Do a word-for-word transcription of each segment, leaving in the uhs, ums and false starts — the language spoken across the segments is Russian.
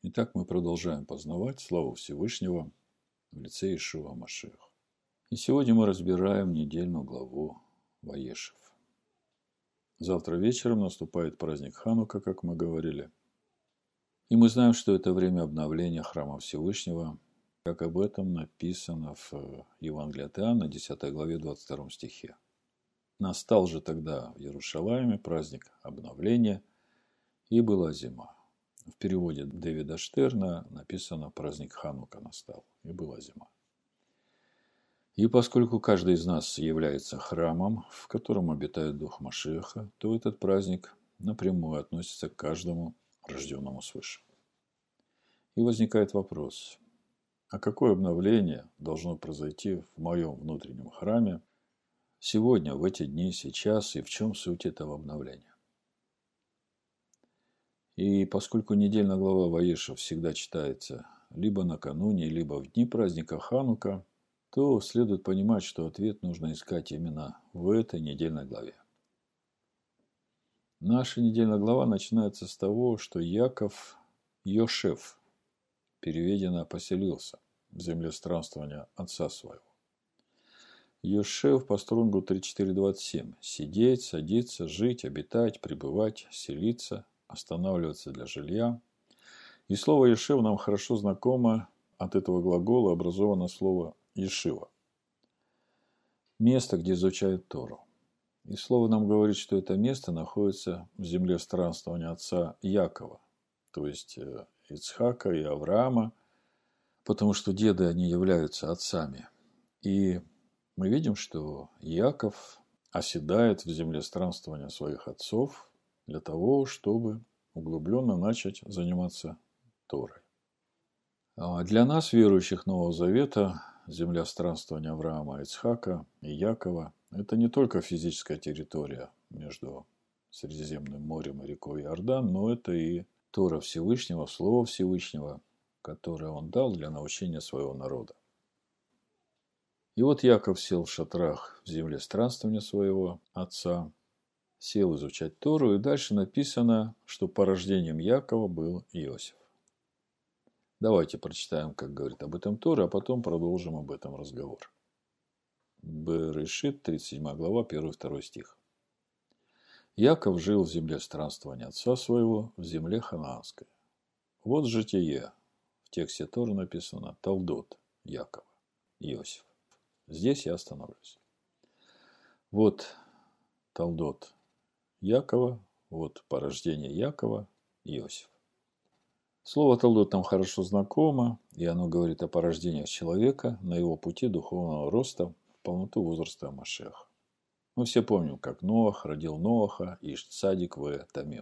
Итак, мы продолжаем познавать славу Всевышнего в лице Иешуа Машиаха. И сегодня мы разбираем недельную главу Ваешев. Завтра вечером наступает праздник Ханука, как мы говорили. И мы знаем, что это время обновления храма Всевышнего, как об этом написано в Евангелии от Иоанна, десятой главе, двадцать втором стихе. Настал же тогда в Иерушалайме праздник обновления, и была зима. В переводе Дэвида Штерна написано «Праздник Ханука настал», и была зима. И поскольку каждый из нас является храмом, в котором обитает Дух Машиаха, то этот праздник напрямую относится к каждому рожденному свыше. И возникает вопрос, а какое обновление должно произойти в моем внутреннем храме сегодня, в эти дни, сейчас, и в чем суть этого обновления? И поскольку недельная глава Ваешев всегда читается либо накануне, либо в дни праздника Ханука, то следует понимать, что ответ нужно искать именно в этой недельной главе. Наша недельная глава начинается с того, что Яков Йошев, переведено «поселился» в земле странствования отца своего. Йошев по стронгу тридцать четыре двадцать семь. Сидеть, садиться, жить, обитать, пребывать, селиться, останавливаться для жилья. И слово «ешев» нам хорошо знакомо. От этого глагола образовано слово «ешива». Место, где изучают Тору. И слово нам говорит, что это место находится в земле странствования отца Якова, то есть Ицхака и Авраама, потому что деды, они являются отцами. И мы видим, что Яков оседает в земле странствования своих отцов для того, чтобы углубленно начать заниматься Торой. А для нас, верующих Нового Завета, земля странствования Авраама, Ицхака и Якова – это не только физическая территория между Средиземным морем и рекой Иордан, но это и Тора Всевышнего, Слово Всевышнего, которое он дал для научения своего народа. И вот Яков сел в шатрах в земле странствования своего отца, сел изучать Тору, и дальше написано, что порождением Якова был Иосиф. Давайте прочитаем, как говорит об этом Тора, а потом продолжим об этом разговор. Берешит, тридцать седьмая глава, первый-второй стих. Яков жил в земле странствования отца своего, в земле ханаанской. Вот житие. В тексте Торы написано Талдот Якова, Иосиф. Здесь я остановлюсь. Вот Талдот Якова, вот порождение Якова, Иосиф. Слово Талдот нам хорошо знакомо, и оно говорит о порождениях человека на его пути духовного роста в полноту возраста Машиаха. Мы все помним, как Ноах родил Ноаха и Иш-Цадик в Тамим.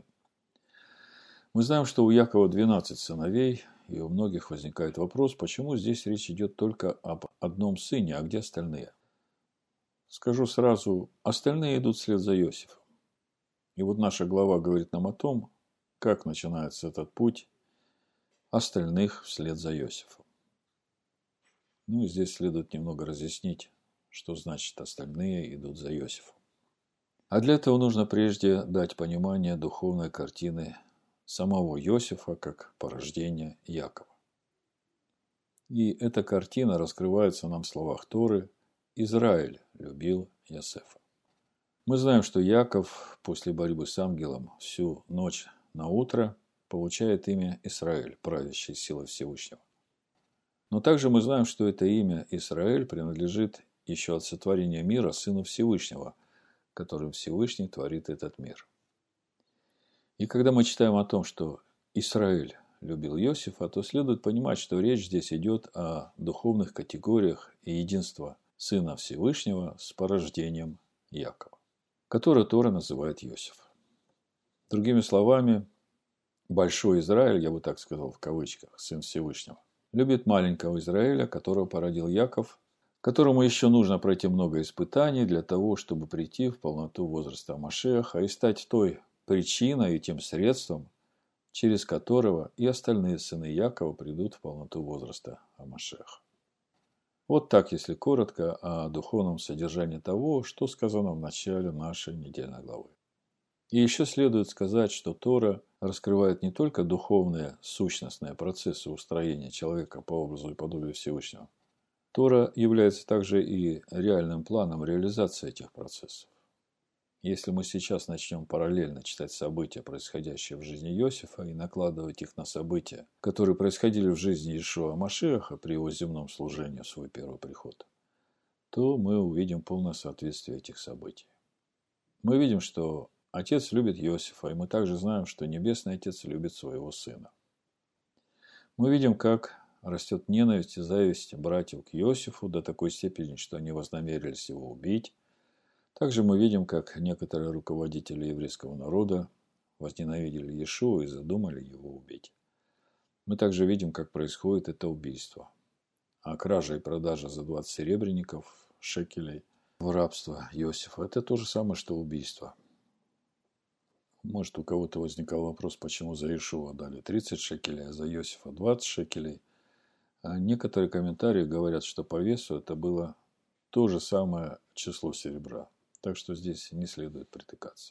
Мы знаем, что у Якова двенадцать сыновей, и у многих возникает вопрос, почему здесь речь идет только об одном сыне, а где остальные? Скажу сразу, остальные идут вслед за Иосифом. И вот наша глава говорит нам о том, как начинается этот путь остальных вслед за Иосифом. Ну и здесь следует немного разъяснить, что значит остальные идут за Иосифом. А для этого нужно прежде дать понимание духовной картины самого Иосифа как порождения Якова. И эта картина раскрывается нам в словах Торы «Израиль любил Иосифа». Мы знаем, что Яков после борьбы с ангелом всю ночь на утро получает имя Израиль, правящий силой Всевышнего. Но также мы знаем, что это имя Израиль принадлежит еще от сотворения мира Сыну Всевышнего, которым Всевышний творит этот мир. И когда мы читаем о том, что Израиль любил Иосифа, то следует понимать, что речь здесь идет о духовных категориях и единства Сына Всевышнего с порождением Якова, которое Тора называет Иосиф. Другими словами, Большой Израиль, я бы так сказал в кавычках, Сын Всевышнего, любит маленького Израиля, которого породил Яков, которому еще нужно пройти много испытаний для того, чтобы прийти в полноту возраста Машиаха и стать той причиной и тем средством, через которого и остальные сыны Якова придут в полноту возраста Машиаха. Вот так, если коротко, о духовном содержании того, что сказано в начале нашей недельной главы. И еще следует сказать, что Тора раскрывает не только духовные, сущностные процессы устроения человека по образу и подобию Всевышнего. Тора является также и реальным планом реализации этих процессов. Если мы сейчас начнем параллельно читать события, происходящие в жизни Иосифа, и накладывать их на события, которые происходили в жизни Иешуа Машиаха при его земном служении в свой первый приход, то мы увидим полное соответствие этих событий. Мы видим, что Отец любит Иосифа, и мы также знаем, что Небесный Отец любит своего Сына. Мы видим, как растет ненависть и зависть братьев к Иосифу до такой степени, что они вознамерились его убить. Также мы видим, как некоторые руководители еврейского народа возненавидели Иешуа и задумали его убить. Мы также видим, как происходит это убийство. А кража и продажа за двадцать серебряников, шекелей в рабство Иосифа – это то же самое, что убийство. Может, у кого-то возникал вопрос, почему за Иешуа дали тридцать шекелей, а за Иосифа двадцать шекелей. А некоторые комментарии говорят, что по весу это было то же самое число серебра. Так что здесь не следует притыкаться.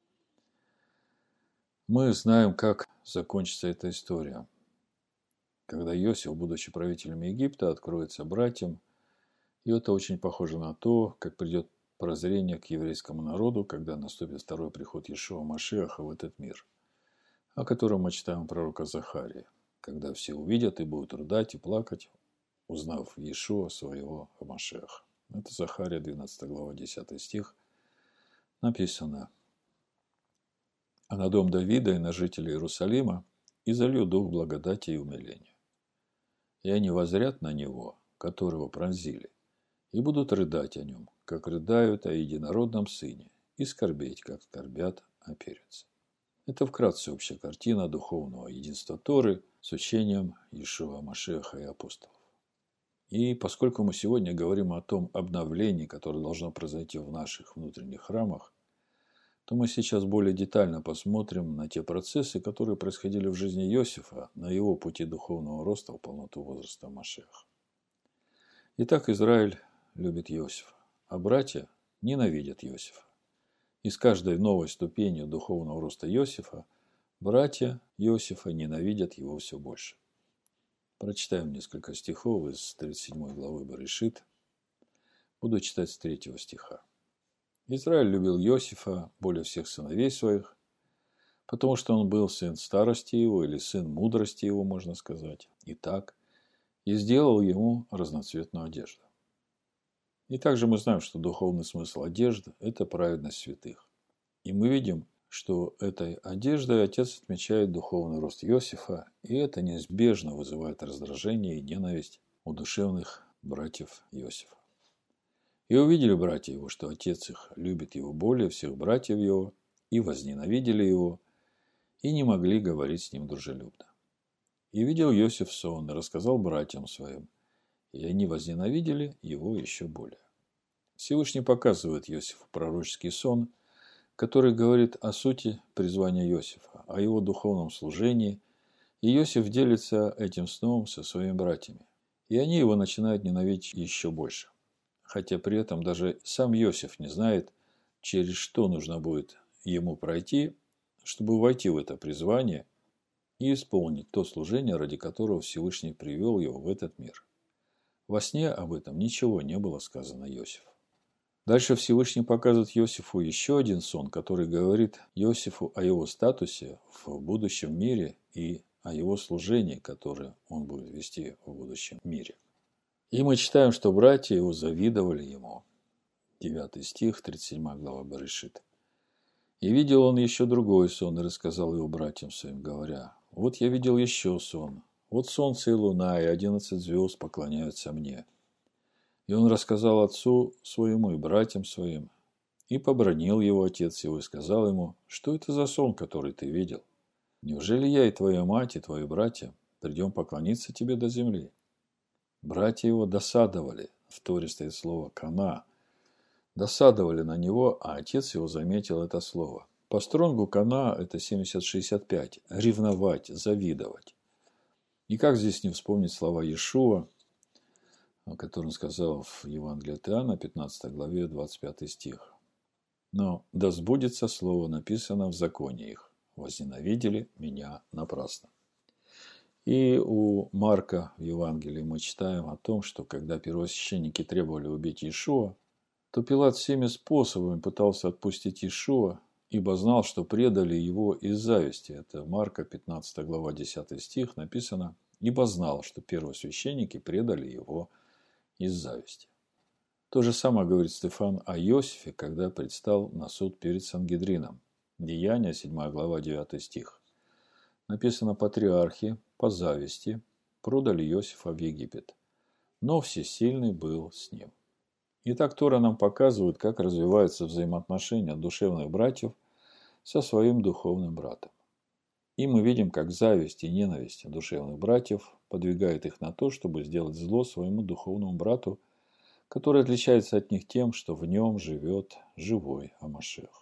Мы знаем, как закончится эта история. Когда Иосиф, будучи правителем Египта, откроется братьям, и это очень похоже на то, как придет прозрение к еврейскому народу, когда наступит второй приход Иешуа Машиаха в этот мир, о котором мы читаем пророка Захарии, когда все увидят и будут рыдать и плакать, узнав Иешуа своего Машиаха. Это Захария, двенадцатая глава, десятый стих. Написано: «А на дом Давида и на жителей Иерусалима изолью дух благодати и умиления. И они воззрят на него, которого пронзили, и будут рыдать о нем, как рыдают о единородном сыне, и скорбеть, как скорбят о перце». Это вкратце общая картина духовного единства Торы с учением Иешуа Машиаха и апостолов. И поскольку мы сегодня говорим о том обновлении, которое должно произойти в наших внутренних храмах, то мы сейчас более детально посмотрим на те процессы, которые происходили в жизни Иосифа на его пути духовного роста в полноту возраста Машиаха. Итак, Израиль любит Иосифа, а братья ненавидят Иосифа. И с каждой новой ступенью духовного роста Иосифа братья Иосифа ненавидят его все больше. Прочитаем несколько стихов из тридцать седьмой главы Берешит. Буду читать с третьего стиха. «Израиль любил Иосифа более всех сыновей своих, потому что он был сын старости его, или сын мудрости его, можно сказать, и так, и сделал ему разноцветную одежду». И также мы знаем, что духовный смысл одежды – это праведность святых. И мы видим, что этой одеждой Отец отмечает духовный рост Иосифа, и это неизбежно вызывает раздражение и ненависть у душевных братьев Иосифа. И увидели братья его, что отец их любит его более всех братьев его, и возненавидели его, и не могли говорить с ним дружелюбно. И видел Иосиф сон, и рассказал братьям своим, и они возненавидели его еще более. Всевышний показывает Иосифу пророческий сон, который говорит о сути призвания Иосифа, о его духовном служении, и Иосиф делится этим сном со своими братьями, и они его начинают ненавидеть еще больше. Хотя при этом даже сам Иосиф не знает, через что нужно будет ему пройти, чтобы войти в это призвание и исполнить то служение, ради которого Всевышний привел его в этот мир. Во сне об этом ничего не было сказано Иосифу. Дальше Всевышний показывает Иосифу еще один сон, который говорит Иосифу о его статусе в будущем мире и о его служении, которое он будет вести в будущем мире. И мы читаем, что братья его завидовали ему. девятый стих, тридцать седьмая глава Берешит. «И видел он еще другой сон, и рассказал его братьям своим, говоря: вот я видел еще сон. Вот солнце и луна, и одиннадцать звезд поклоняются мне. И он рассказал отцу своему и братьям своим. И побранил его отец его, и сказал ему: что это за сон, который ты видел? Неужели я и твоя мать, и твои братья придем поклониться тебе до земли? Братья его досадовали, в Торе стоит слово «кана», досадовали на него, а отец его заметил это слово. По стронгу «кана» это семьдесят шестьдесят пять, ревновать, завидовать. И как здесь не вспомнить слова Иешуа, о котором сказал в Евангелии от Иоанна, пятнадцатой главе, двадцать пятый стих. Но да сбудется слово, написано в законе их: возненавидели меня напрасно. И у Марка в Евангелии мы читаем о том, что когда первосвященники требовали убить Иешуа, то Пилат всеми способами пытался отпустить Иешуа, ибо знал, что предали его из зависти. Это Марка, пятнадцатая глава, десятый стих, написано: «Ибо знал, что первосвященники предали его из зависти». То же самое говорит Стефан о Иосифе, когда предстал на суд перед Сангедрином. Деяния, седьмая глава, девятый стих. Написано: «Патриархи по зависти продали Иосифа в Египет, но всесильный был с ним». Итак, Тора нам показывает, как развиваются взаимоотношения душевных братьев со своим духовным братом. И мы видим, как зависть и ненависть душевных братьев подвигает их на то, чтобы сделать зло своему духовному брату, который отличается от них тем, что в нем живет живой Амашиах.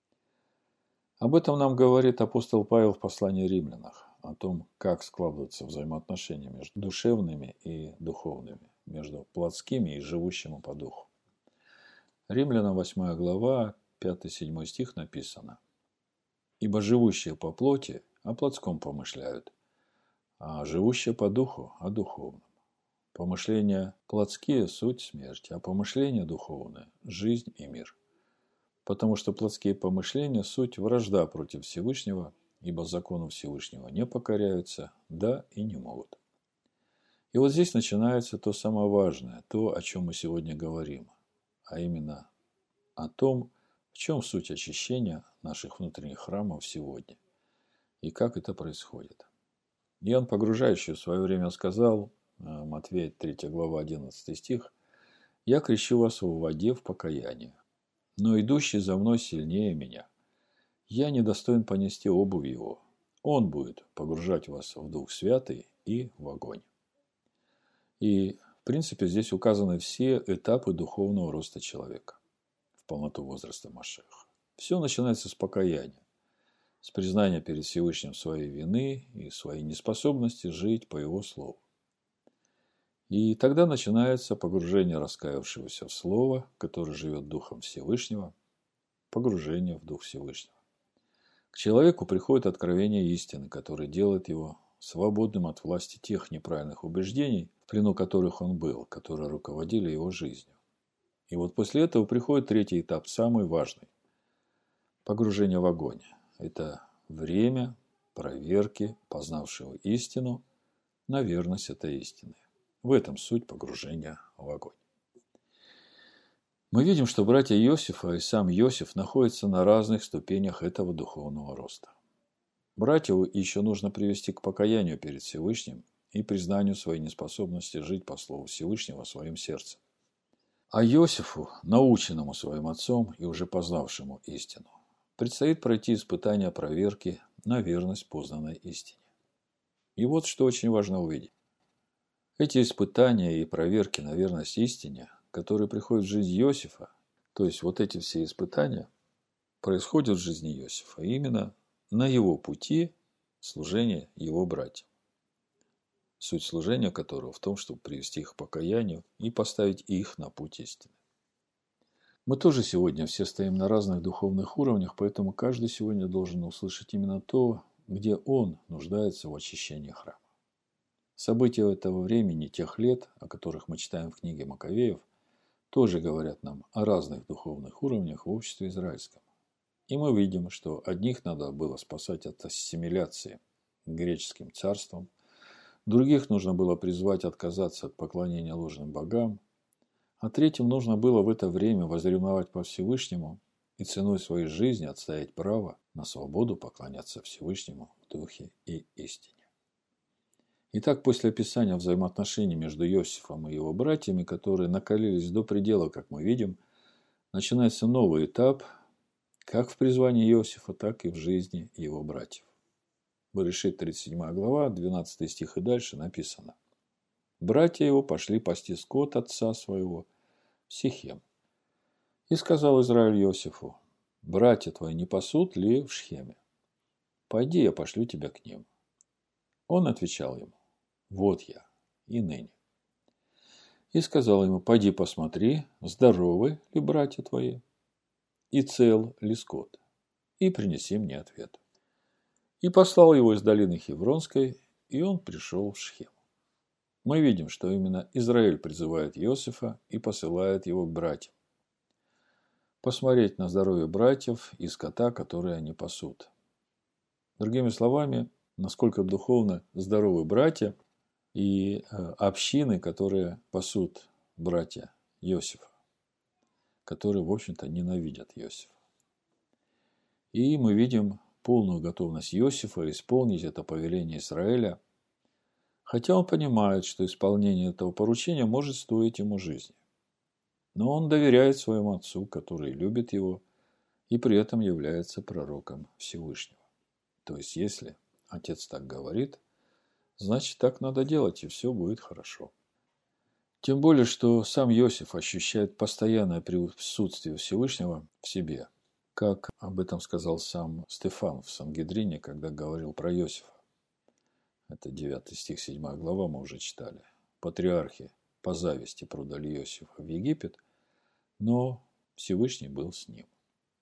Об этом нам говорит апостол Павел в послании Римлянах, о том, как складываются взаимоотношения между душевными и духовными, между плотскими и живущими по духу. Римлянам восьмая глава, пятый-седьмой стих написано: «Ибо живущие по плоти о плотском помышляют, а живущие по духу о духовном. Помышления плотские – суть смерть, а помышления духовные – жизнь и мир. Потому что плотские помышления – суть вражда против Всевышнего, ибо закону Всевышнего не покоряются, да и не могут». И вот здесь начинается то самое важное, то, о чем мы сегодня говорим, а именно о том, в чем суть очищения наших внутренних храмов сегодня и как это происходит. Иоанн Погружающий в свое время сказал, Матфея третья глава, одиннадцатый стих: «Я крещу вас в воде в покаянии, но идущий за мной сильнее меня. Я недостоин понести обувь его. Он будет погружать вас в Дух Святый и в огонь». И, в принципе, здесь указаны все этапы духовного роста человека в полноту возраста Машиаха. Все начинается с покаяния, с признания перед Всевышним своей вины и своей неспособности жить по Его Слову. И тогда начинается погружение раскаявшегося в Слово, который живет Духом Всевышнего, погружение в Дух Всевышнего. К человеку приходит откровение истины, которое делает его свободным от власти тех неправильных убеждений, в плену которых он был, которые руководили его жизнью. И вот после этого приходит третий этап, самый важный – погружение в огонь. Это время проверки познавшего истину на верность этой истины. В этом суть погружения в огонь. Мы видим, что братья Иосифа и сам Иосиф находятся на разных ступенях этого духовного роста. Братьев еще нужно привести к покаянию перед Всевышним и признанию своей неспособности жить по слову Всевышнего своим сердцем. А Иосифу, наученному своим отцом и уже познавшему истину, предстоит пройти испытания проверки на верность познанной истине. И вот что очень важно увидеть. Эти испытания и проверки на верность истине, которые приходят в жизнь Иосифа, то есть вот эти все испытания, происходят в жизни Иосифа именно на его пути служения его братьям. Суть служения которого в том, чтобы привести их к покаянию и поставить их на путь истины. Мы тоже сегодня все стоим на разных духовных уровнях, поэтому каждый сегодня должен услышать именно то, где он нуждается в очищении храма. События этого времени, тех лет, о которых мы читаем в книге Маковеев, тоже говорят нам о разных духовных уровнях в обществе израильском. И мы видим, что одних надо было спасать от ассимиляции греческим царством, других нужно было призвать отказаться от поклонения ложным богам, а третьим нужно было в это время возревновать по Всевышнему и ценой своей жизни отстоять право на свободу поклоняться Всевышнему в духе и истине. Итак, после описания взаимоотношений между Иосифом и его братьями, которые накалились до предела, как мы видим, начинается новый этап, как в призвании Иосифа, так и в жизни его братьев. Берешит тридцать седьмая глава, двенадцатый стих и дальше написано: «Братья его пошли пасти скот отца своего в Сихем. И сказал Израиль Иосифу: братья твои не пасут ли в Шхеме? Пойди, я пошлю тебя к ним». Он отвечал ему: вот я, и ныне. И сказал ему: пойди посмотри, здоровы ли братья твои. и цел ли скот, и принеси мне ответ. И послал его из долины Хевронской, и он пришел в Шхем. Мы видим, что именно Израиль призывает Иосифа и посылает его к братьям. Посмотреть на здоровье братьев и скота, которые они пасут. Другими словами, насколько духовно здоровы братья и общины, которые пасут братья Иосифа, которые, в общем-то, ненавидят Иосифа. И мы видим полную готовность Иосифа исполнить это повеление Израиля, хотя он понимает, что исполнение этого поручения может стоить ему жизни. Но он доверяет своему отцу, который любит его и при этом является пророком Всевышнего. То есть, если отец так говорит, значит, так надо делать, и все будет хорошо. Тем более, что сам Иосиф ощущает постоянное присутствие Всевышнего в себе, как об этом сказал сам Стефан в Сангедрине, когда говорил про Иосифа. Это девятый стих, седьмая глава, мы уже читали. Патриархи по зависти продали Иосифа в Египет, но Всевышний был с ним.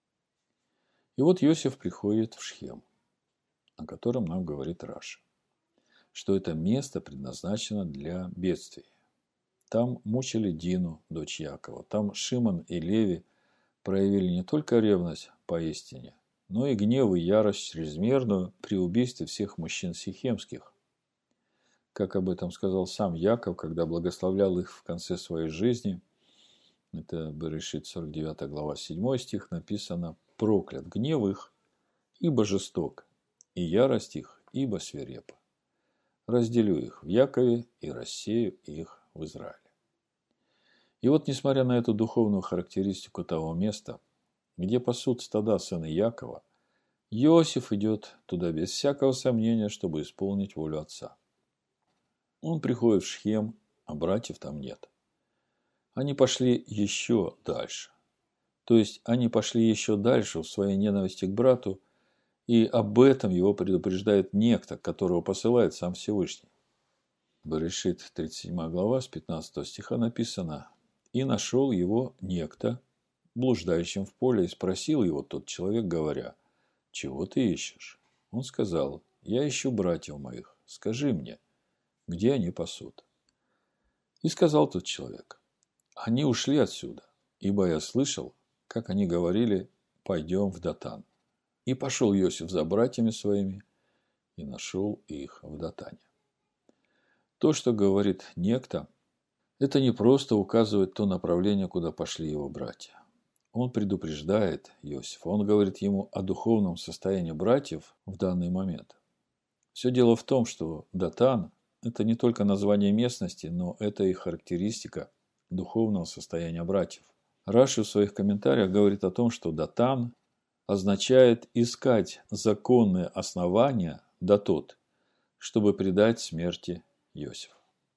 И вот Иосиф приходит в Шхем, о котором нам говорит Раши, что это место предназначено для бедствий. Там мучили Дину, дочь Якова, там Шимон и Леви проявили не только ревность поистине, но и гнев и ярость чрезмерную при убийстве всех мужчин сихемских. Как об этом сказал сам Яков, когда благословлял их в конце своей жизни. Это Берешит сорок девятая глава, седьмой стих, написано: «Проклят гнев их, ибо жесток, и ярость их, ибо свирепа. Разделю их в Якове и рассею их в Израиле». И вот, несмотря на эту духовную характеристику того места, где пасут стада сына Якова, Иосиф идет туда без всякого сомнения, чтобы исполнить волю отца. Он приходит в Шхем, а братьев там нет. Они пошли еще дальше. То есть, они пошли еще дальше в своей ненависти к брату, и об этом его предупреждает некто, которого посылает сам Всевышний. Берешит тридцать седьмая глава, с пятнадцатого стиха написано: «И нашел его некто, блуждающим в поле, и спросил его тот человек, говоря: чего ты ищешь?» Он сказал: «Я ищу братьев моих, скажи мне, где они пасут?» И сказал тот человек: «Они ушли отсюда, ибо я слышал, как они говорили: пойдем в Датан». И пошел Иосиф за братьями своими, и нашел их в Датане. То, что говорит некто, это не просто указывает то направление, куда пошли его братья. Он предупреждает Иосифа, он говорит ему о духовном состоянии братьев в данный момент. Все дело в том, что Датан – это не только название местности, но это и характеристика духовного состояния братьев. Раши в своих комментариях говорит о том, что Датан означает искать законные основания датот, чтобы предать смерти Иосифа.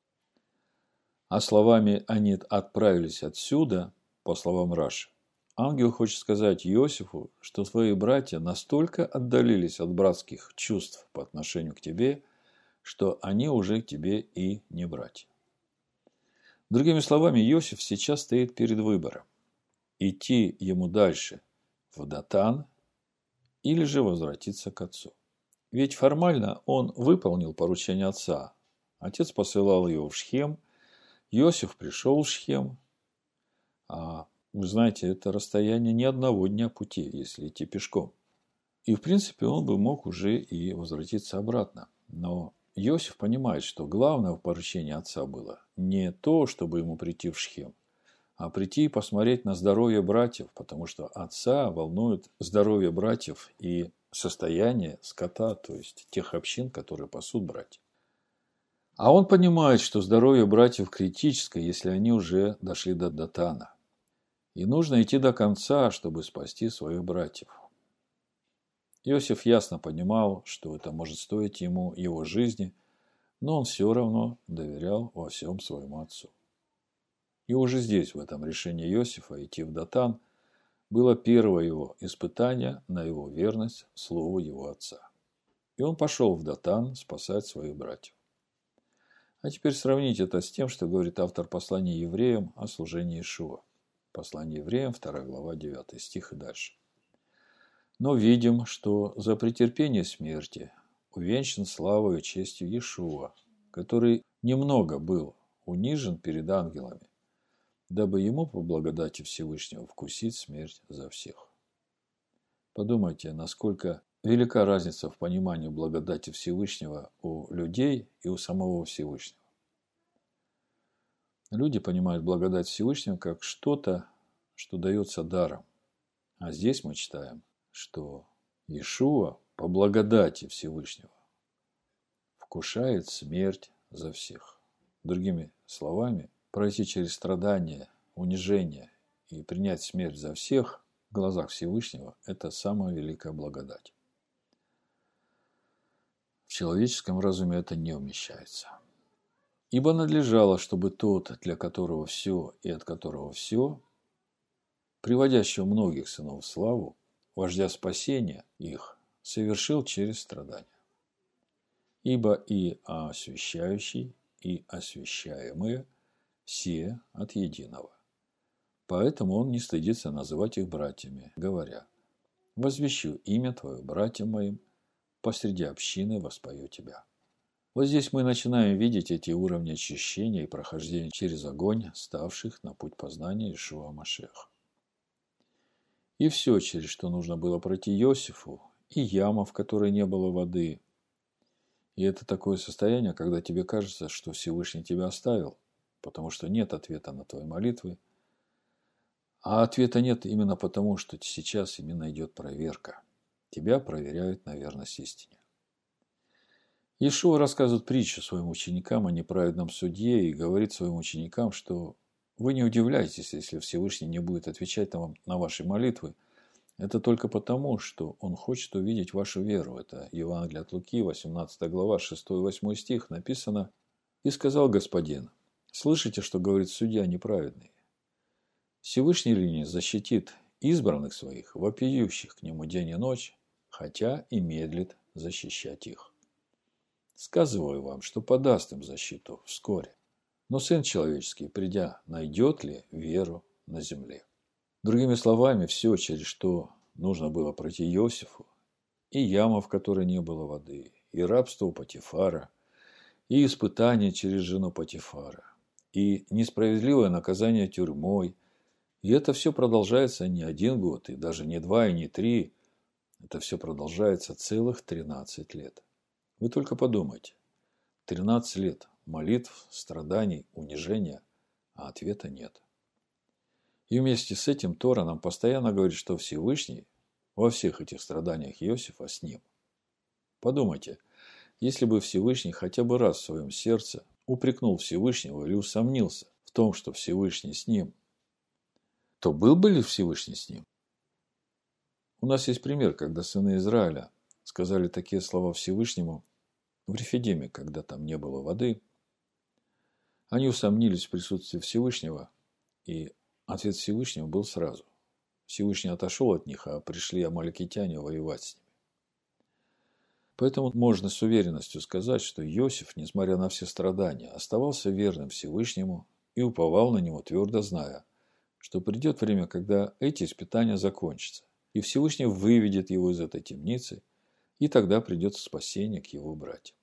А словами «они отправились отсюда», по словам Раши, ангел хочет сказать Иосифу, что твои братья настолько отдалились от братских чувств по отношению к тебе, что они уже к тебе и не братья. Другими словами, Иосиф сейчас стоит перед выбором: идти ему дальше в Датан или же возвратиться к отцу. Ведь формально он выполнил поручение отца. Отец посылал его в Шхем, Иосиф пришел в Шхем, а вы знаете, это расстояние не одного дня пути, если идти пешком. И, в принципе, он бы мог уже и возвратиться обратно. Но Иосиф понимает, что главное в поручении отца было не то, чтобы ему прийти в Шхем, а прийти и посмотреть на здоровье братьев, потому что отца волнует здоровье братьев и состояние скота, то есть тех общин, которые пасут братьев. А он понимает, что здоровье братьев критическое, если они уже дошли до Датана. И нужно идти до конца, чтобы спасти своих братьев. Иосиф ясно понимал, что это может стоить ему его жизни, но он все равно доверял во всем своему отцу. И уже здесь, в этом решении Иосифа идти в Датан, было первое его испытание на его верность слову его отца. И он пошел в Датан спасать своих братьев. А теперь сравните это с тем, что говорит автор послания евреям о служении Иешуа. Послание евреям, вторая глава, девятый стих и дальше. Но видим, что за претерпение смерти увенчан славой и честью Иешуа, который немного был унижен перед ангелами, дабы ему по благодати Всевышнего вкусить смерть за всех. Подумайте, насколько велика разница в понимании благодати Всевышнего у людей и у самого Всевышнего. Люди понимают благодать Всевышнего как что-то, что дается даром. А здесь мы читаем, что Иешуа по благодати Всевышнего вкушает смерть за всех. Другими словами, пройти через страдания, унижение и принять смерть за всех в глазах Всевышнего – это самая великая благодать. В человеческом разуме это не умещается. Ибо надлежало, чтобы тот, для которого все и от которого все, приводящего многих сынов в славу, вождя спасения их, совершил через страдания. Ибо и освящающий, и освящаемые все от единого. Поэтому он не стыдится называть их братьями, говоря: «Возвещу имя Твое братьям моим, посреди общины воспою Тебя». Вот здесь мы начинаем видеть эти уровни очищения и прохождения через огонь, ставших на путь познания Иешуа Машиаха. И все, через что нужно было пройти Иосифу, и яма, в которой не было воды. И это такое состояние, когда тебе кажется, что Всевышний тебя оставил, потому что нет ответа на твои молитвы. А ответа нет именно потому, что сейчас именно идет проверка. Тебя проверяют на верность истине. Иешуа рассказывает притчу своим ученикам о неправедном судье и говорит своим ученикам, что вы не удивляйтесь, если Всевышний не будет отвечать вам на ваши молитвы. Это только потому, что Он хочет увидеть вашу веру. Это Евангелие от Луки, восемнадцатая глава, шестой и восьмой стих. Написано: «И сказал Господин: слышите, что говорит судья неправедный? Всевышний ли не защитит избранных своих, вопиющих к Нему день и ночь, хотя и медлит защищать их? Сказываю вам, что подаст им защиту вскоре. Но Сын Человеческий, придя, найдет ли веру на земле?» Другими словами, все, через что нужно было пройти Иосифу, и яма, в которой не было воды, и рабство у Потифара, и испытание через жену Потифара, и несправедливое наказание тюрьмой, и это все продолжается не один год, и даже не два, и не три, это все продолжается целых тринадцать лет. Вы только подумайте. тринадцать лет молитв, страданий, унижения, а ответа нет. И вместе с этим Тора нам постоянно говорит, что Всевышний во всех этих страданиях Иосифа с ним. Подумайте, если бы Всевышний хотя бы раз в своем сердце упрекнул Всевышнего или усомнился в том, что Всевышний с ним, то был бы ли Всевышний с ним? У нас есть пример, когда сыны Израиля сказали такие слова Всевышнему в Рефидиме, когда там не было воды. Они усомнились в присутствии Всевышнего, и ответ Всевышнего был сразу. Всевышний отошел от них, а пришли амаликитяне воевать с ними. Поэтому можно с уверенностью сказать, что Иосиф, несмотря на все страдания, оставался верным Всевышнему и уповал на него, твердо зная, что придет время, когда эти испытания закончатся, и Всевышний выведет его из этой темницы, и тогда придет спасение к его братьям.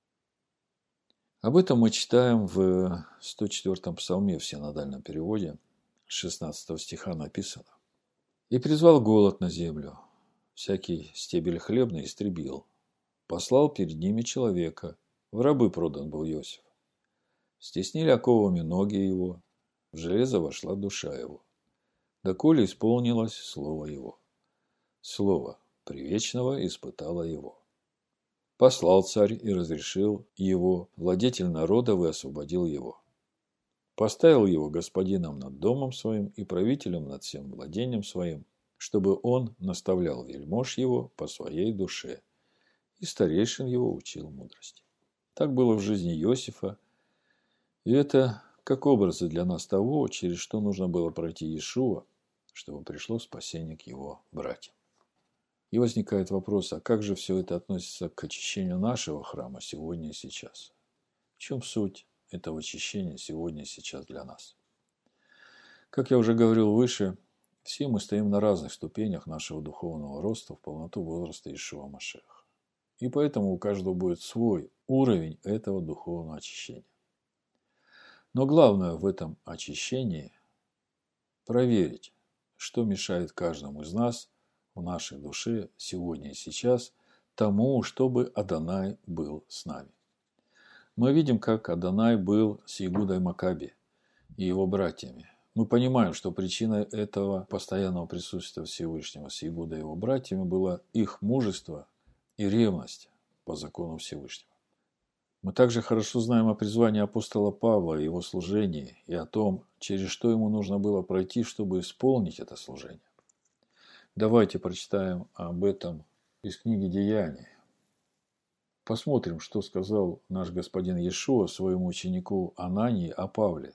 Об этом мы читаем в сто четвёртом псалме в синодальном переводе, с шестнадцатого стиха написано: «И призвал голод на землю, всякий стебель хлебный истребил, послал перед ними человека, в рабы продан был Иосиф. Стеснили оковами ноги его, в железо вошла душа его, доколе исполнилось слово его. Слово привечного испытало его. Послал царь и разрешил его, владетель народов и освободил его. Поставил его господином над домом своим и правителем над всем владением своим, чтобы он наставлял вельмож его по своей душе, и старейшин его учил мудрости». Так было в жизни Иосифа, и это как образы для нас того, через что нужно было пройти Иешуа, чтобы пришло спасение к его братьям. И возникает вопрос, а как же все это относится к очищению нашего храма сегодня и сейчас? В чем суть этого очищения сегодня и сейчас для нас? Как я уже говорил выше, все мы стоим на разных ступенях нашего духовного роста в полноту возраста Иешуа Машиаха. И поэтому у каждого будет свой уровень этого духовного очищения. Но главное в этом очищении проверить, что мешает каждому из нас в нашей душе сегодня и сейчас тому, чтобы Адонай был с нами. Мы видим, как Адонай был с Иегудой Макаби и его братьями. Мы понимаем, что причиной этого постоянного присутствия Всевышнего с Иегудой и его братьями было их мужество и ревность по закону Всевышнего. Мы также хорошо знаем о призвании апостола Павла и его служении, и о том, через что ему нужно было пройти, чтобы исполнить это служение. Давайте прочитаем об этом из книги Деяний. Посмотрим, что сказал наш господин Иешуа своему ученику Анании о Павле.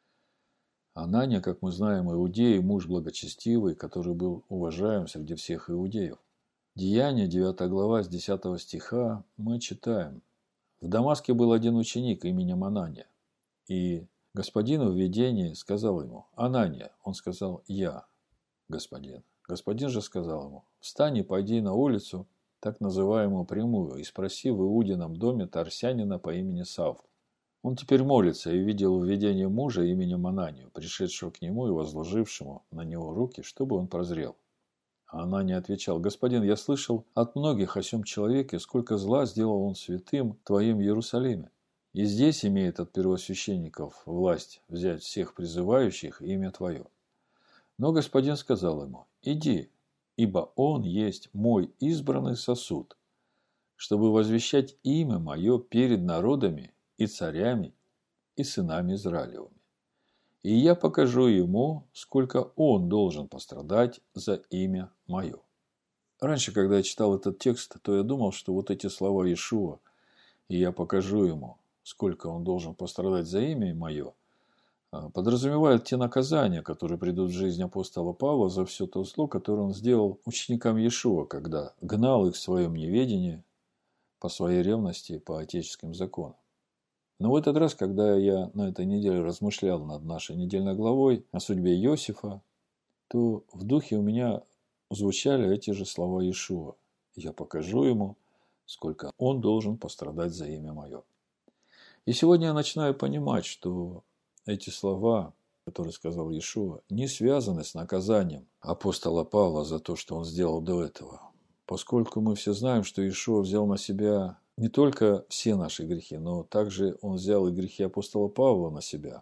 Анания, как мы знаем, иудей, муж благочестивый, который был уважаем среди всех иудеев. Деяния, девятая глава, с десятого стиха мы читаем. В Дамаске был один ученик именем Анания, и господин в видении сказал ему: «Анания». Он сказал: «Я, господин». Господин же сказал ему: «Встань и пойди на улицу, так называемую прямую, и спроси в Иудином доме тарсянина по имени Савл. Он теперь молится и видел в видении мужа именем Ананию, пришедшего к нему и возложившему на него руки, чтобы он прозрел». А Анания отвечал: «Господин, я слышал от многих о сем человеке, сколько зла сделал он святым твоим в Иерусалиме. И здесь имеет от первосвященников власть взять всех призывающих имя твое». Но господин сказал ему: «Иди, ибо он есть мой избранный сосуд, чтобы возвещать имя мое перед народами и царями и сынами Израилевыми. И я покажу ему, сколько он должен пострадать за имя мое». Раньше, когда я читал этот текст, то я думал, что вот эти слова Иешуа, «и я покажу ему, сколько он должен пострадать за имя мое», подразумевают те наказания, которые придут в жизнь апостола Павла за все то зло, которое он сделал ученикам Иешуа, когда гнал их в своем неведении по своей ревности по отеческим законам. Но в этот раз, когда я на этой неделе размышлял над нашей недельной главой о судьбе Иосифа, то в духе у меня звучали эти же слова Иешуа: «Я покажу ему, сколько он должен пострадать за имя мое». И сегодня я начинаю понимать, что эти слова, которые сказал Иешуа, не связаны с наказанием апостола Павла за то, что он сделал до этого. Поскольку мы все знаем, что Иешуа взял на себя не только все наши грехи, но также он взял и грехи апостола Павла на себя.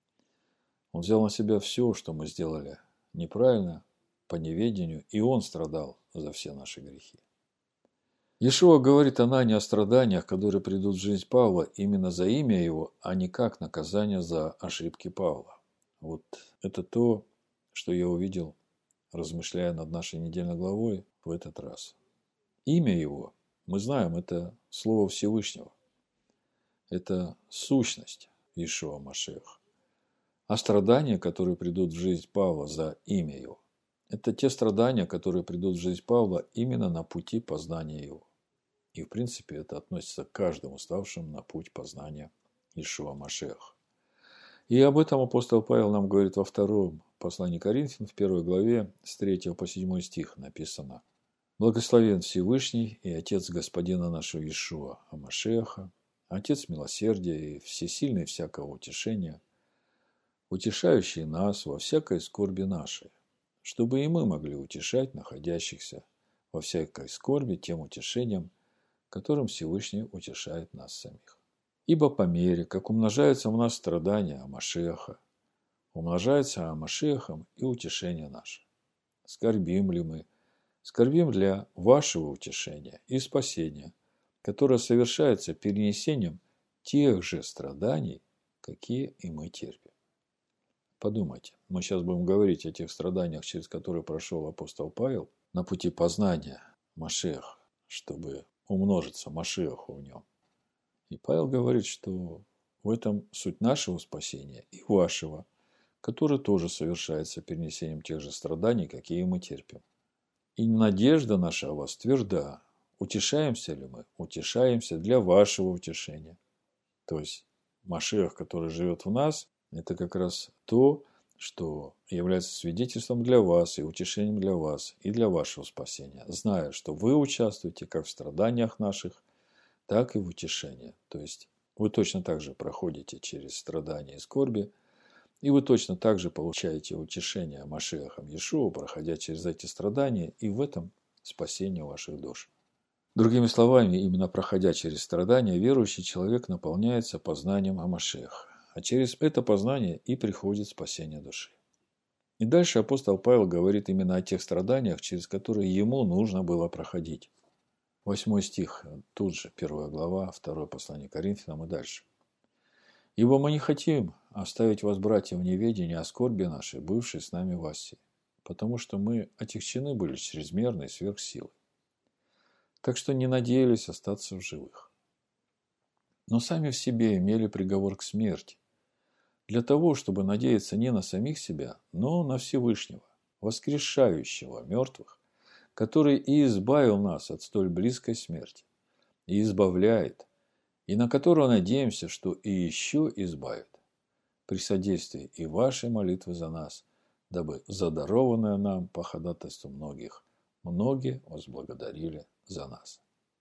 Он взял на себя все, что мы сделали неправильно, по неведению, и он страдал за все наши грехи. Иешуа говорит Анании о страданиях, которые придут в жизнь Павла именно за имя его, а не как наказание за ошибки Павла. Вот это то, что я увидел, размышляя над нашей недельной главой в этот раз. Имя его, мы знаем, это Слово Всевышнего. Это сущность Иешуа Машиах. А страдания, которые придут в жизнь Павла за имя его, это те страдания, которые придут в жизнь Павла именно на пути познания его. И, в принципе, это относится к каждому ставшему на путь познания Иешуа Машиаха. И об этом апостол Павел нам говорит во втором послании Коринфянам, в первой главе, с третьего по седьмой стих написано: «Благословен Всевышний и Отец Господина нашего Иешуа Машиаха, Отец милосердия и всесильный всякого утешения, утешающий нас во всякой скорби нашей, чтобы и мы могли утешать находящихся во всякой скорби тем утешением, которым Всевышний утешает нас самих. Ибо по мере, как умножается в нас страдания Машиаха, умножается Машиахом и утешение наше. Скорбим ли мы? Скорбим для вашего утешения и спасения, которое совершается перенесением тех же страданий, какие и мы терпим». Подумайте, мы сейчас будем говорить о тех страданиях, через которые прошел апостол Павел на пути познания Машиаха, чтобы умножиться Машиаху в нем. И Павел говорит, что в этом суть нашего спасения и вашего, которое тоже совершается перенесением тех же страданий, какие мы терпим. И надежда наша о вас тверда. Утешаемся ли мы? Утешаемся для вашего утешения. То есть Машиах, который живет в нас, это как раз то, что является свидетельством для вас и утешением для вас и для вашего спасения, зная, что вы участвуете как в страданиях наших, так и в утешении. То есть вы точно так же проходите через страдания и скорби, и вы точно так же получаете утешение Машиахом Иешуа, проходя через эти страдания, и в этом спасение ваших душ. Другими словами, именно проходя через страдания, верующий человек наполняется познанием о Машиахе. А через это познание и приходит спасение души. И дальше апостол Павел говорит именно о тех страданиях, через которые ему нужно было проходить. Восьмой стих, тут же, первая глава, второе послание Коринфянам и дальше. «Ибо мы не хотим оставить вас, братья, в неведении о скорби нашей, бывшей с нами в Асии, потому что мы отягчены были чрезмерной сверхсилой, так что не надеялись остаться в живых. Но сами в себе имели приговор к смерти, для того, чтобы надеяться не на самих себя, но на Всевышнего, воскрешающего мертвых, который и избавил нас от столь близкой смерти, и избавляет, и на которого надеемся, что и еще избавит, при содействии и вашей молитвы за нас, дабы задарованное нам по ходатайству многих, многие возблагодарили за нас».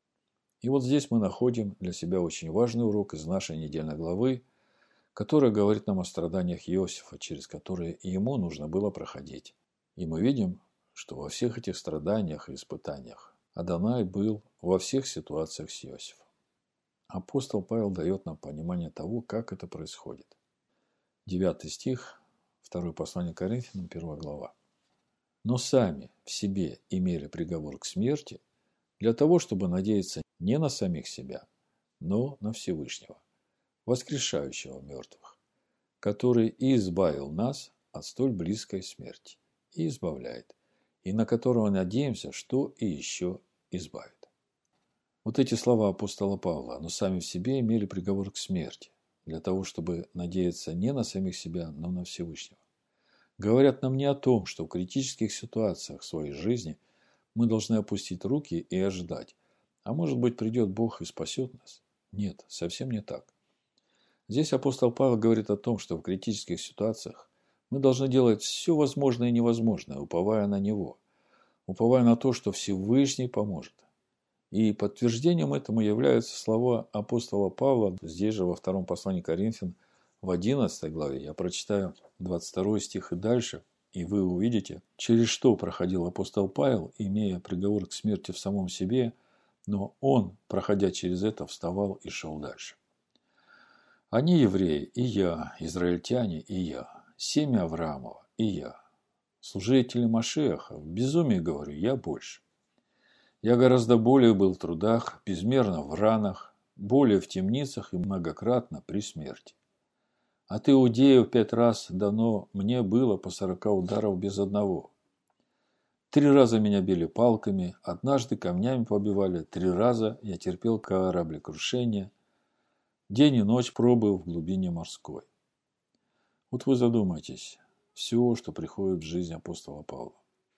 И вот здесь мы находим для себя очень важный урок из нашей недельной главы, которая говорит нам о страданиях Иосифа, через которые ему нужно было проходить. И мы видим, что во всех этих страданиях и испытаниях Адонай был во всех ситуациях с Иосифом. Апостол Павел дает нам понимание того, как это происходит. Девятый стих, второе послание Коринфянам, первая глава. «Но сами в себе имели приговор к смерти для того, чтобы надеяться не на самих себя, но на Всевышнего, воскрешающего мертвых, который и избавил нас от столь близкой смерти, и избавляет, и на которого надеемся, что и еще избавит». Вот эти слова апостола Павла, но сами в себе имели приговор к смерти, для того, чтобы надеяться не на самих себя, но на Всевышнего, говорят нам не о том, что в критических ситуациях своей жизни мы должны опустить руки и ожидать, а может быть придет Бог и спасет нас. Нет, совсем не так. Здесь апостол Павел говорит о том, что в критических ситуациях мы должны делать все возможное и невозможное, уповая на Него, уповая на то, что Всевышний поможет. И подтверждением этому являются слова апостола Павла, здесь же во втором послании Коринфян, в одиннадцатой главе. Я прочитаю двадцать второй стих и дальше, и вы увидите, через что проходил апостол Павел, имея приговор к смерти в самом себе, но он, проходя через это, вставал и шел дальше. «Они евреи, и я, израильтяне, и я, семя Авраамова, и я, служители Машиаха, в безумии говорю, я больше. Я гораздо более был в трудах, безмерно в ранах, более в темницах и многократно при смерти. От иудеев пять раз дано мне было по сорока ударов без одного. Три раза меня били палками, однажды камнями побивали, три раза я терпел кораблекрушение, день и ночь пробыл в глубине морской». Вот вы задумайтесь, все, что приходит в жизнь апостола Павла.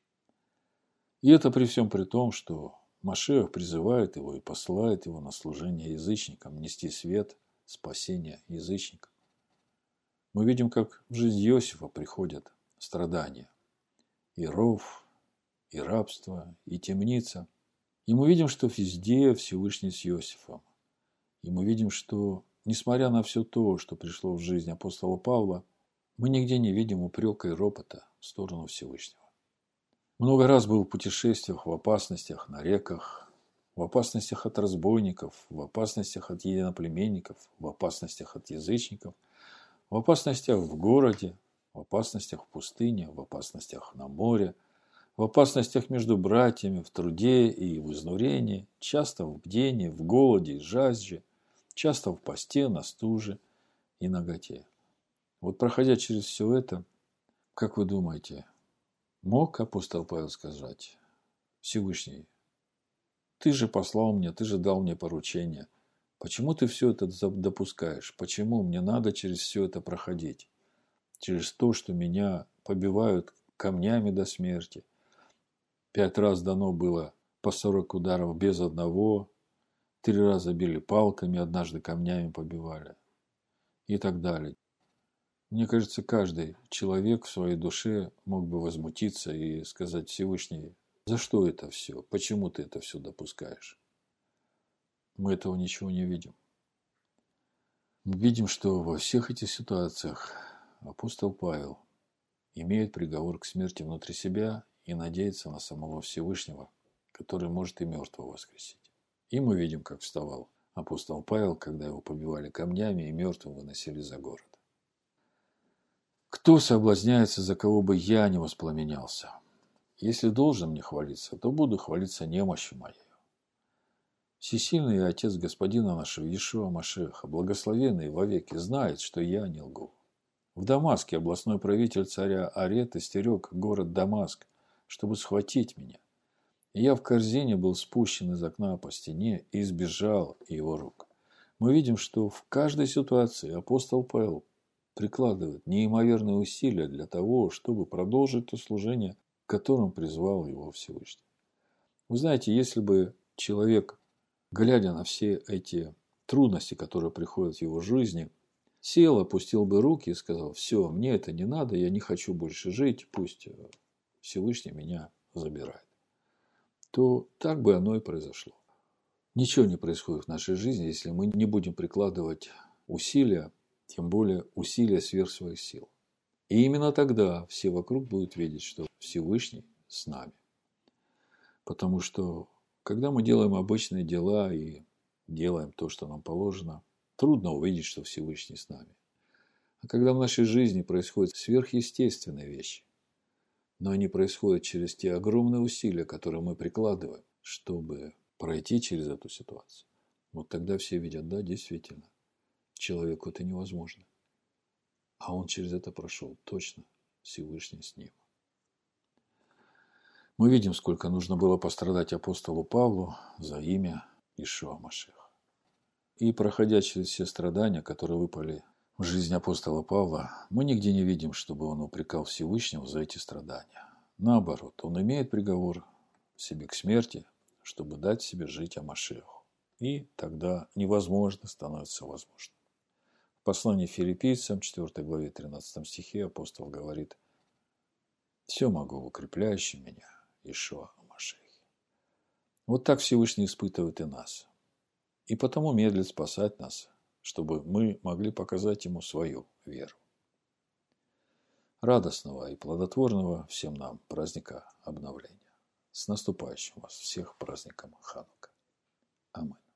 И это при всем при том, что Машиах призывает его и посылает его на служение язычникам, нести свет, спасение язычникам. Мы видим, как в жизнь Иосифа приходят страдания. И ров, и рабство, и темница. И мы видим, что везде Всевышний с Иосифом. И мы видим, что, несмотря на все то, что пришло в жизнь апостола Павла, мы нигде не видим упрека и ропота в сторону Всевышнего. Много раз был в путешествиях, в опасностях, на реках, в опасностях от разбойников, в опасностях от единоплеменников, в опасностях от язычников, в опасностях в городе, в опасностях в пустыне, в опасностях на море, в опасностях между братьями, в труде и в изнурении, часто в бдении, в голоде и жажде, часто в посте, на стуже и наготе. Вот проходя через все это, как вы думаете, мог апостол Павел сказать: «Всевышний, ты же послал мне, ты же дал мне поручение. Почему ты все это допускаешь? Почему мне надо через все это проходить? Через то, что меня побивают камнями до смерти. Пять раз дано было по сорок ударов без одного. Три раза били палками, однажды камнями побивали. И так далее». Мне кажется, каждый человек в своей душе мог бы возмутиться и сказать: Всевышний, за что это все? Почему ты это все допускаешь? Мы этого ничего не видим. Мы видим, что во всех этих ситуациях апостол Павел имеет приговор к смерти внутри себя и надеется на самого Всевышнего, который может и мертвого воскресить. И мы видим, как вставал апостол Павел, когда его побивали камнями и мертвым выносили за город. Кто соблазняется, за кого бы я не воспламенялся? Если должен мне хвалиться, то буду хвалиться немощью моей. Всесильный Отец Господина нашего Иешуа Машеха, благословенный вовеки, знает, что я не лгу. В Дамаске областной правитель царя Арета стерег город Дамаск, чтобы схватить меня. И я в корзине был спущен из окна по стене и избежал его рук. Мы видим, что в каждой ситуации апостол Павел прикладывает неимоверные усилия для того, чтобы продолжить то служение, к которому призвал его Всевышний. Вы знаете, если бы человек, глядя на все эти трудности, которые приходят в его жизни, сел, опустил бы руки и сказал: все, мне это не надо, я не хочу больше жить, пусть Всевышний меня забирает, то так бы оно и произошло. Ничего не происходит в нашей жизни, если мы не будем прикладывать усилия, тем более усилия сверх своих сил. И именно тогда все вокруг будут видеть, что Всевышний с нами. Потому что, когда мы делаем обычные дела и делаем то, что нам положено, трудно увидеть, что Всевышний с нами. А когда в нашей жизни происходят сверхъестественные вещи, но они происходят через те огромные усилия, которые мы прикладываем, чтобы пройти через эту ситуацию, вот тогда все видят: да, действительно, человеку это невозможно. А он через это прошел, точно, Всевышний с ним. Мы видим, сколько нужно было пострадать апостолу Павлу за имя Иешуа Машеха. И проходя через все страдания, которые выпали в жизнь апостола Павла, мы нигде не видим, чтобы он упрекал Всевышнего за эти страдания. Наоборот, он имеет приговор себе к смерти, чтобы дать себе жить Амашеху. И тогда невозможно становится возможным. В послании Филиппийцам, четвёртой главе, тринадцатом стихе, апостол говорит: «Все могу в укрепляющем меня Иешуа Машехе». Вот так Всевышний испытывает и нас. И потому медлит спасать нас, чтобы мы могли показать Ему свою веру. Радостного и плодотворного всем нам праздника обновления. С наступающим вас всех праздником Ханука. Аминь.